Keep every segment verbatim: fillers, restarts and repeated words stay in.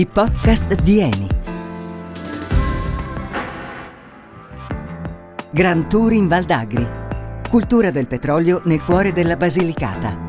i podcast di Eni. Grand Tour in Val d'Agri. Cultura del petrolio nel cuore della Basilicata.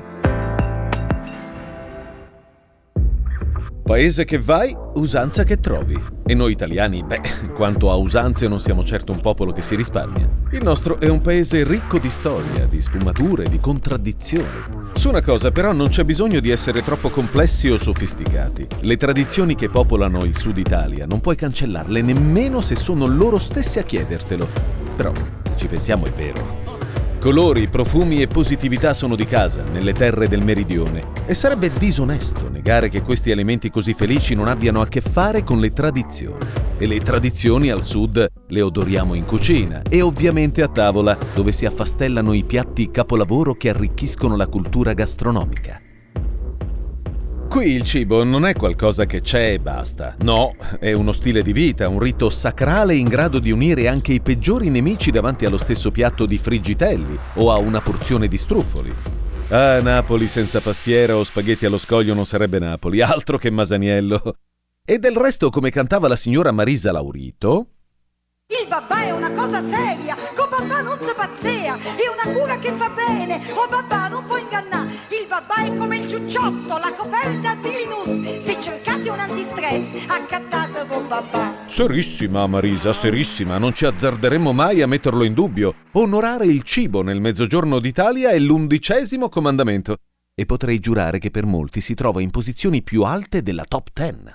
Paese che vai, usanza che trovi. E noi italiani, beh, quanto a usanze non siamo certo un popolo che si risparmia. Il nostro è un paese ricco di storia, di sfumature, di contraddizioni. Su una cosa però non c'è bisogno di essere troppo complessi o sofisticati. Le tradizioni che popolano il Sud Italia non puoi cancellarle nemmeno se sono loro stessi a chiedertelo. Però, se ci pensiamo, è vero. Colori, profumi e positività sono di casa, nelle terre del meridione. E sarebbe disonesto negare che questi elementi così felici non abbiano a che fare con le tradizioni. E le tradizioni al sud le odoriamo in cucina e ovviamente a tavola, dove si affastellano i piatti capolavoro che arricchiscono la cultura gastronomica. Qui il cibo non è qualcosa che c'è e basta. No, è uno stile di vita, un rito sacrale in grado di unire anche i peggiori nemici davanti allo stesso piatto di friggitelli o a una porzione di struffoli. Ah, Napoli senza pastiera o spaghetti allo scoglio non sarebbe Napoli, altro che Masaniello. E del resto, come cantava la signora Marisa Laurito... Il babà è una cosa seria, con babà non si pazzea, è una cura che fa bene, oh babà non può ingannare. Il babà è come il ciucciotto, la coperta di Linus, se cercate un antistress, accattate con babà. Serissima Marisa, serissima, non ci azzarderemmo mai a metterlo in dubbio. Onorare il cibo nel mezzogiorno d'Italia è l'undicesimo comandamento. E potrei giurare che per molti si trova in posizioni più alte della top ten.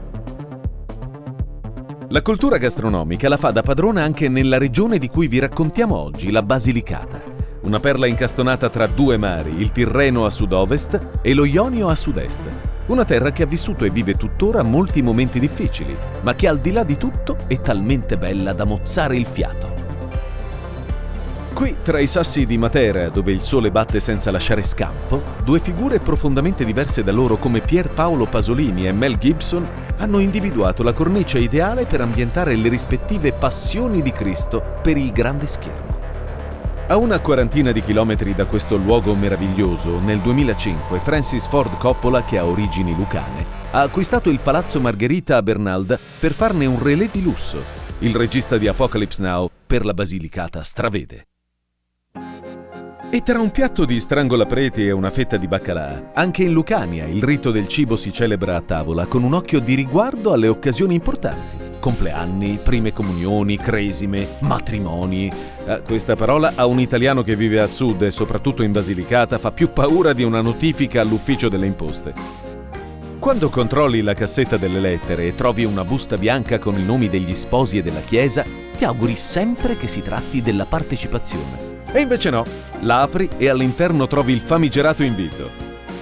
La cultura gastronomica la fa da padrona anche nella regione di cui vi raccontiamo oggi, la Basilicata. Una perla incastonata tra due mari, il Tirreno a sud-ovest e lo Ionio a sud-est. Una terra che ha vissuto e vive tuttora molti momenti difficili, ma che al di là di tutto è talmente bella da mozzare il fiato. Qui, tra i sassi di Matera, dove il sole batte senza lasciare scampo, due figure profondamente diverse da loro come Pier Paolo Pasolini e Mel Gibson hanno individuato la cornice ideale per ambientare le rispettive passioni di Cristo per il grande schermo. A una quarantina di chilometri da questo luogo meraviglioso, nel duemilacinque Francis Ford Coppola, che ha origini lucane, ha acquistato il Palazzo Margherita a Bernalda per farne un relè di lusso. Il regista di Apocalypse Now per la Basilicata stravede. E tra un piatto di strangolapreti e una fetta di baccalà, anche in Lucania il rito del cibo si celebra a tavola con un occhio di riguardo alle occasioni importanti. Compleanni, prime comunioni, cresime, matrimoni. Eh, questa parola a un italiano che vive al sud e soprattutto in Basilicata fa più paura di una notifica all'ufficio delle imposte. Quando controlli la cassetta delle lettere e trovi una busta bianca con i nomi degli sposi e della chiesa, ti auguri sempre che si tratti della partecipazione. E invece no, la apri e all'interno trovi il famigerato invito.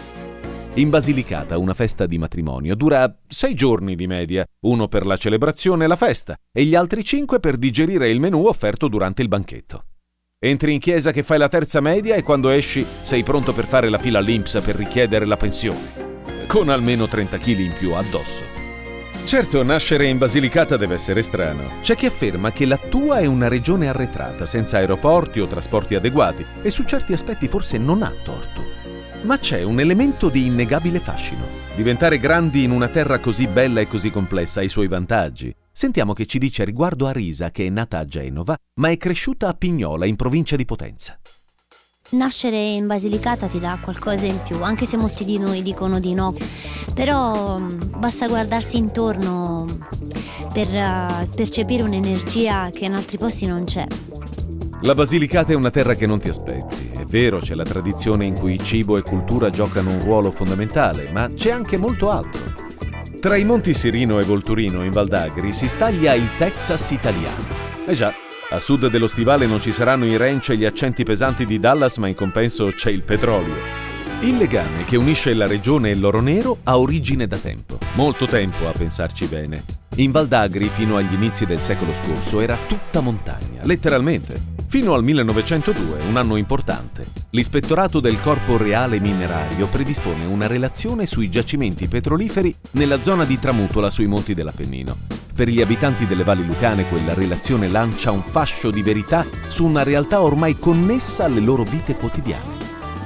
In Basilicata una festa di matrimonio dura sei giorni di media, uno per la celebrazione e la festa, e gli altri cinque per digerire il menù offerto durante il banchetto. Entri in chiesa che fai la terza media e quando esci sei pronto per fare la fila all'I N P S per richiedere la pensione, con almeno trenta chili in più addosso. Certo, nascere in Basilicata deve essere strano. C'è chi afferma che la tua è una regione arretrata, senza aeroporti o trasporti adeguati, e su certi aspetti forse non ha torto. Ma c'è un elemento di innegabile fascino. Diventare grandi in una terra così bella e così complessa ha i suoi vantaggi. Sentiamo che ci dice riguardo Arisa, che è nata a Genova, ma è cresciuta a Pignola, in provincia di Potenza. Nascere in Basilicata ti dà qualcosa in più, anche se molti di noi dicono di no, però basta guardarsi intorno per uh, percepire un'energia che in altri posti non c'è. La Basilicata è una terra che non ti aspetti. È vero, c'è la tradizione in cui cibo e cultura giocano un ruolo fondamentale, ma c'è anche molto altro. Tra i monti Sirino e Volturino in Val d'Agri si staglia il Texas italiano. Eh già, a sud dello stivale non ci saranno i ranch e gli accenti pesanti di Dallas, ma in compenso c'è il petrolio. Il legame che unisce la regione e l'oro nero ha origine da tempo, molto tempo a pensarci bene. In Val d'Agri fino agli inizi del secolo scorso era tutta montagna, letteralmente. Fino al millenovecentodue, un anno importante, l'Ispettorato del Corpo Reale Minerario predispone una relazione sui giacimenti petroliferi nella zona di Tramutola sui monti dell'Appennino. Per gli abitanti delle valli lucane quella relazione lancia un fascio di verità su una realtà ormai connessa alle loro vite quotidiane.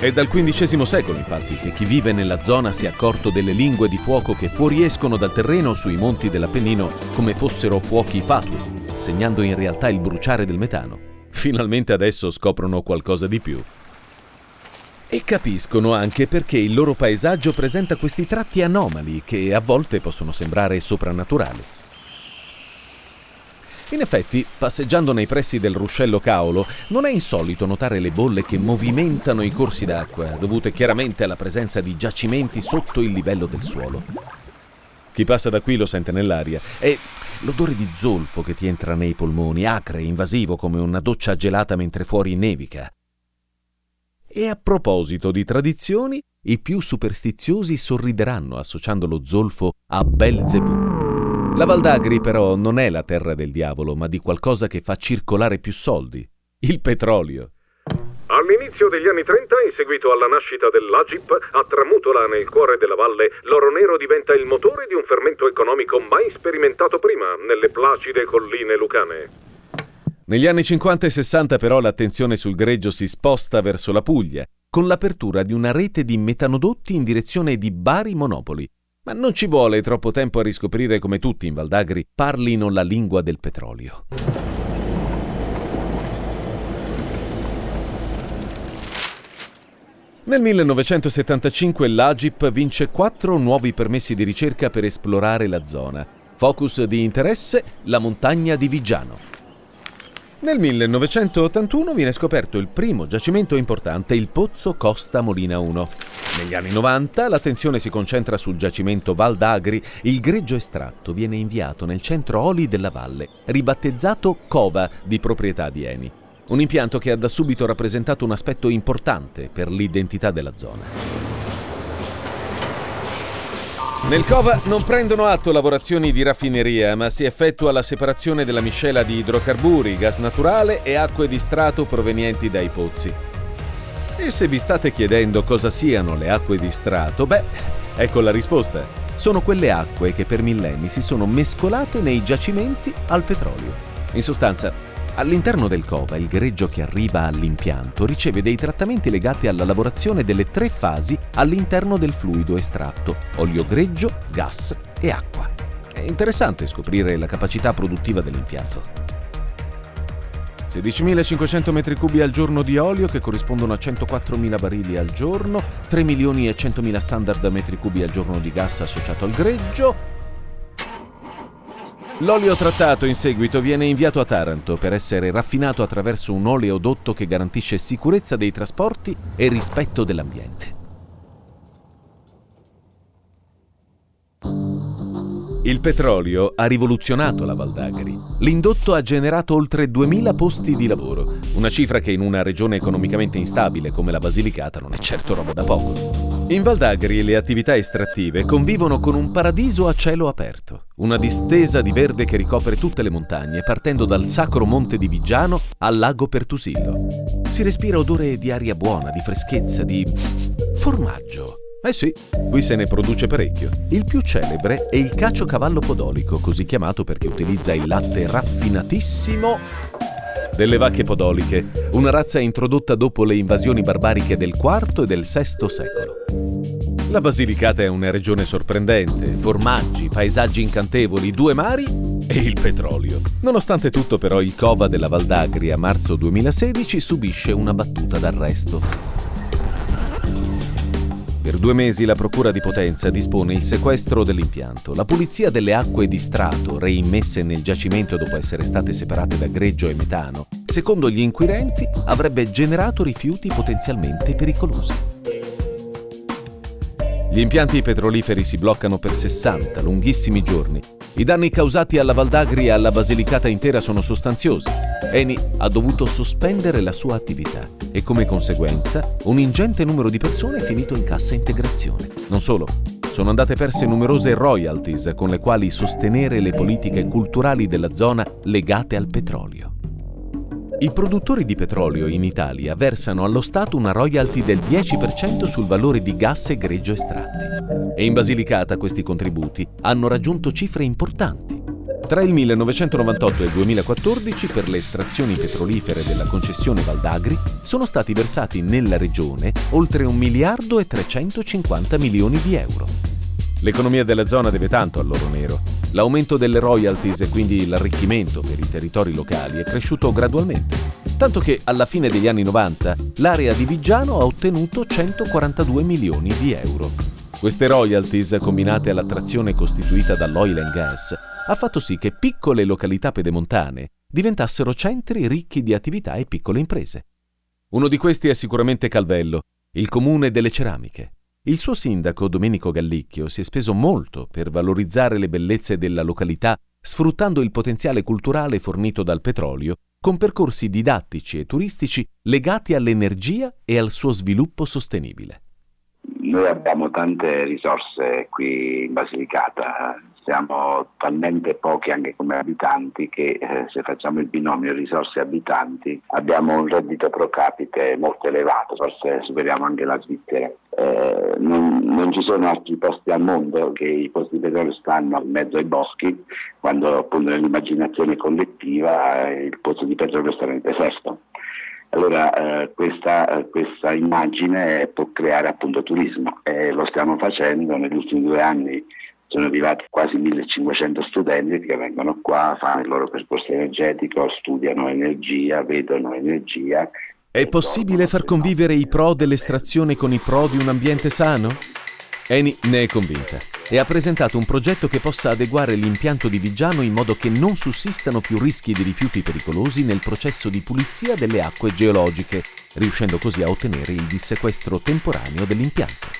È dal quindicesimo secolo, infatti, che chi vive nella zona si è accorto delle lingue di fuoco che fuoriescono dal terreno sui monti dell'Appennino come fossero fuochi fatui, segnando in realtà il bruciare del metano. Finalmente adesso scoprono qualcosa di più. E capiscono anche perché il loro paesaggio presenta questi tratti anomali che a volte possono sembrare soprannaturali. In effetti, passeggiando nei pressi del ruscello Caolo, non è insolito notare le bolle che movimentano i corsi d'acqua, dovute chiaramente alla presenza di giacimenti sotto il livello del suolo. Chi passa da qui lo sente nell'aria. È l'odore di zolfo che ti entra nei polmoni, acre e invasivo come una doccia gelata mentre fuori nevica. E a proposito di tradizioni, i più superstiziosi sorrideranno associando lo zolfo a Belzebù. La Val d'Agri però non è la terra del diavolo, ma di qualcosa che fa circolare più soldi: il petrolio. All'inizio degli anni trenta, in seguito alla nascita dell'A G I P, a Tramutola, nel cuore della valle, l'oro nero diventa il motore di un fermento economico mai sperimentato prima nelle placide colline lucane. Negli anni cinquanta e sessanta però l'attenzione sul greggio si sposta verso la Puglia, con l'apertura di una rete di metanodotti in direzione di Bari Monopoli. Ma non ci vuole troppo tempo a riscoprire come tutti in Val d'Agri parlino la lingua del petrolio. Nel millenovecentosettantacinque l'A G I P vince quattro nuovi permessi di ricerca per esplorare la zona. Focus di interesse: la montagna di Viggiano. Nel millenovecentottantuno viene scoperto il primo giacimento importante, il Pozzo Costa Molina uno. Negli anni novanta l'attenzione si concentra sul giacimento Val d'Agri. Il greggio estratto viene inviato nel centro oli della valle, ribattezzato Cova, di proprietà di Eni. Un impianto che ha da subito rappresentato un aspetto importante per l'identità della zona. Nel Cova non prendono atto lavorazioni di raffineria, ma si effettua la separazione della miscela di idrocarburi, gas naturale e acque di strato provenienti dai pozzi. E se vi state chiedendo cosa siano le acque di strato, beh, ecco la risposta. Sono quelle acque che per millenni si sono mescolate nei giacimenti al petrolio. In sostanza, all'interno del Cova il greggio che arriva all'impianto riceve dei trattamenti legati alla lavorazione delle tre fasi all'interno del fluido estratto: olio greggio, gas e acqua. È interessante scoprire la capacità produttiva dell'impianto. sedicimilacinquecento metri cubi al giorno di olio, che corrispondono a centoquattromila barili al giorno, tre milioni e centomila standard metri cubi al giorno di gas associato al greggio. L'olio trattato in seguito viene inviato a Taranto per essere raffinato attraverso un oleodotto che garantisce sicurezza dei trasporti e rispetto dell'ambiente. Il petrolio ha rivoluzionato la Val d'Agri. L'indotto ha generato oltre duemila posti di lavoro, una cifra che in una regione economicamente instabile come la Basilicata non è certo roba da poco. In Val d'Agri le attività estrattive convivono con un paradiso a cielo aperto, una distesa di verde che ricopre tutte le montagne, partendo dal sacro monte di Viggiano al lago Pertusillo. Si respira odore di aria buona, di freschezza, di formaggio. Eh sì, qui se ne produce parecchio. Il più celebre è il caciocavallo podolico, così chiamato perché utilizza il latte raffinatissimo delle vacche podoliche, una razza introdotta dopo le invasioni barbariche del quarto e del sesto secolo. La Basilicata è una regione sorprendente: formaggi, paesaggi incantevoli, due mari e il petrolio. Nonostante tutto, però, il Cova della Val d'Agri a marzo duemilasedici subisce una battuta d'arresto. Per due mesi la Procura di Potenza dispone il sequestro dell'impianto. La pulizia delle acque di strato reimmesse nel giacimento dopo essere state separate da greggio e metano, secondo gli inquirenti, avrebbe generato rifiuti potenzialmente pericolosi. Gli impianti petroliferi si bloccano per sessanta lunghissimi giorni. I danni causati alla Val d'Agri e alla Basilicata intera sono sostanziosi. Eni ha dovuto sospendere la sua attività e come conseguenza un ingente numero di persone è finito in cassa integrazione. Non solo, sono andate perse numerose royalties con le quali sostenere le politiche culturali della zona legate al petrolio. I produttori di petrolio in Italia versano allo Stato una royalty del dieci per cento sul valore di gas e greggio estratti. E in Basilicata questi contributi hanno raggiunto cifre importanti. Tra il millenovecentonovantotto e il duemilaquattordici, per le estrazioni petrolifere della concessione Val d'Agri, sono stati versati nella regione oltre un miliardo e trecentocinquanta milioni di euro. L'economia della zona deve tanto all'oro nero. L'aumento delle royalties e quindi l'arricchimento per i territori locali è cresciuto gradualmente, tanto che alla fine degli anni novanta l'area di Viggiano ha ottenuto centoquarantadue milioni di euro. Queste royalties, combinate all'attrazione costituita dall'oil and gas, ha fatto sì che piccole località pedemontane diventassero centri ricchi di attività e piccole imprese. Uno di questi è sicuramente Calvello, il comune delle ceramiche. Il suo sindaco, Domenico Gallicchio, si è speso molto per valorizzare le bellezze della località, sfruttando il potenziale culturale fornito dal petrolio, con percorsi didattici e turistici legati all'energia e al suo sviluppo sostenibile. Noi abbiamo tante risorse qui in Basilicata, siamo talmente pochi anche come abitanti che eh, se facciamo il binomio risorse-abitanti abbiamo un reddito pro capite molto elevato, forse superiamo anche la Svizzera. Eh, non, non ci sono altri posti al mondo che i posti di petrolio stanno in mezzo ai boschi, quando appunto nell'immaginazione collettiva eh, il pozzo di petrolio sta nel deserto. Allora eh, questa, eh, questa immagine può creare appunto turismo e lo stiamo facendo. Negli ultimi due anni sono arrivati quasi millecinquecento studenti che vengono qua, fanno il loro percorso energetico, studiano energia, vedono energia. È possibile far convivere i pro dell'estrazione con i pro di un ambiente sano? Eni ne è convinta e ha presentato un progetto che possa adeguare l'impianto di Viggiano in modo che non sussistano più rischi di rifiuti pericolosi nel processo di pulizia delle acque geologiche, riuscendo così a ottenere il dissequestro temporaneo dell'impianto.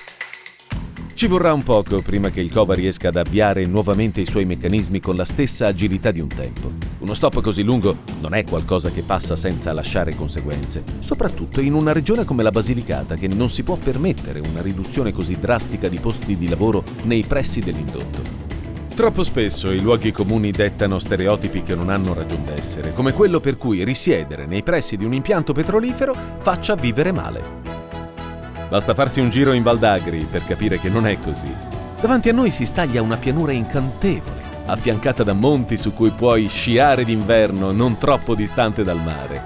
Ci vorrà un poco prima che il Cova riesca ad avviare nuovamente i suoi meccanismi con la stessa agilità di un tempo. Uno stop così lungo non è qualcosa che passa senza lasciare conseguenze, soprattutto in una regione come la Basilicata, che non si può permettere una riduzione così drastica di posti di lavoro nei pressi dell'indotto. Troppo spesso i luoghi comuni dettano stereotipi che non hanno ragion d'essere, come quello per cui risiedere nei pressi di un impianto petrolifero faccia vivere male. Basta farsi un giro in Val d'Agri per capire che non è così. Davanti a noi si staglia una pianura incantevole, affiancata da monti su cui puoi sciare d'inverno non troppo distante dal mare.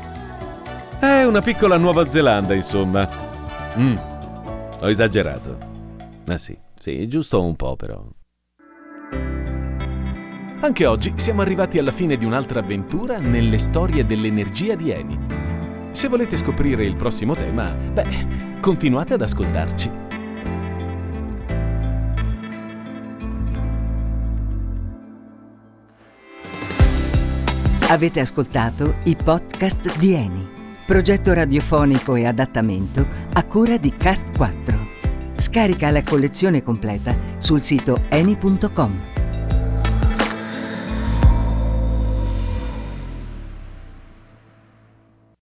È una piccola Nuova Zelanda, insomma. Mm, ho esagerato. Ma sì, sì, giusto un po' però. Anche oggi siamo arrivati alla fine di un'altra avventura nelle storie dell'energia di Eni. Se volete scoprire il prossimo tema, beh, continuate ad ascoltarci. Avete ascoltato i podcast di Eni, progetto radiofonico e adattamento a cura di Cast quattro. Scarica la collezione completa sul sito eni punto com.